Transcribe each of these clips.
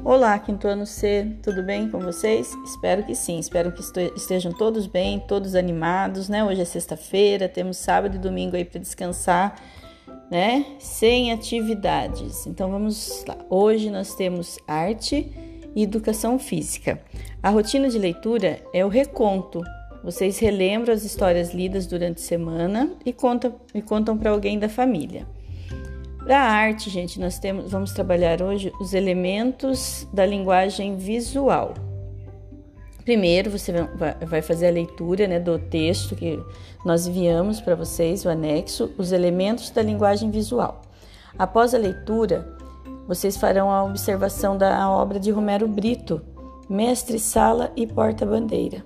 Olá, quinto ano C, tudo bem com vocês? Espero que sim, espero que estejam todos bem, todos animados, né? Hoje é sexta-feira, temos sábado e domingo aí para descansar, né? Sem atividades. Então vamos lá. Hoje nós temos arte e educação física. A rotina de leitura é o reconto. Vocês relembram as histórias lidas durante a semana e contam para alguém da família. Para a arte, gente, vamos trabalhar hoje os elementos da linguagem visual. Primeiro, você vai fazer a leitura, né, do texto que nós enviamos para vocês, o anexo, os elementos da linguagem visual. Após a leitura, vocês farão a observação da obra de Romero Brito, Mestre Sala e Porta-Bandeira.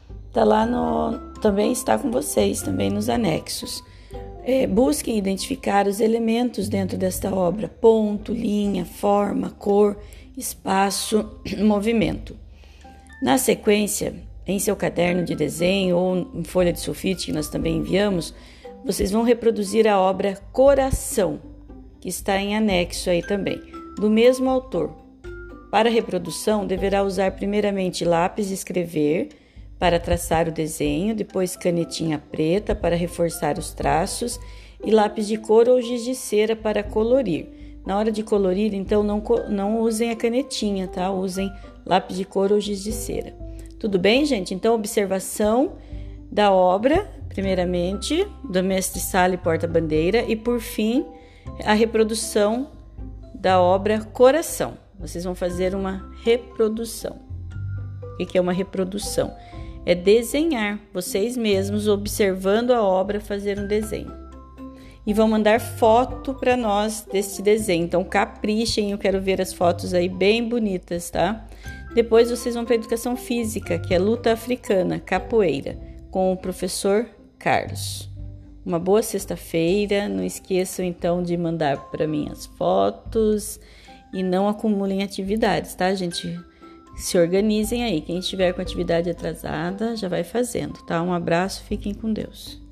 Também está com vocês, também nos anexos. Busquem identificar os elementos dentro desta obra: ponto, linha, forma, cor, espaço, movimento. Na sequência, em seu caderno de desenho ou em folha de sulfite que nós também enviamos, vocês vão reproduzir a obra Coração, que está em anexo aí também, do mesmo autor. Para a reprodução, deverá usar primeiramente lápis de escrever para traçar o desenho, depois canetinha preta para reforçar os traços e lápis de cor ou giz de cera para colorir. Na hora de colorir, então, não usem a canetinha, tá? Usem lápis de cor ou giz de cera. Tudo bem, gente? Então, observação da obra, primeiramente, do Mestre Sala e Porta-Bandeira, e, por fim, a reprodução da obra Coração. Vocês vão fazer uma reprodução. O que é uma reprodução? É desenhar, vocês mesmos, observando a obra, fazer um desenho. E vão mandar foto para nós deste desenho. Então, caprichem, eu quero ver as fotos aí bem bonitas, tá? Depois vocês vão para a educação física, que é luta africana, capoeira, com o professor Carlos. Uma boa sexta-feira. Não esqueçam, então, de mandar para mim as fotos e não acumulem atividades, tá, gente? Se organizem aí. Quem estiver com atividade atrasada, já vai fazendo, tá? Um abraço, fiquem com Deus.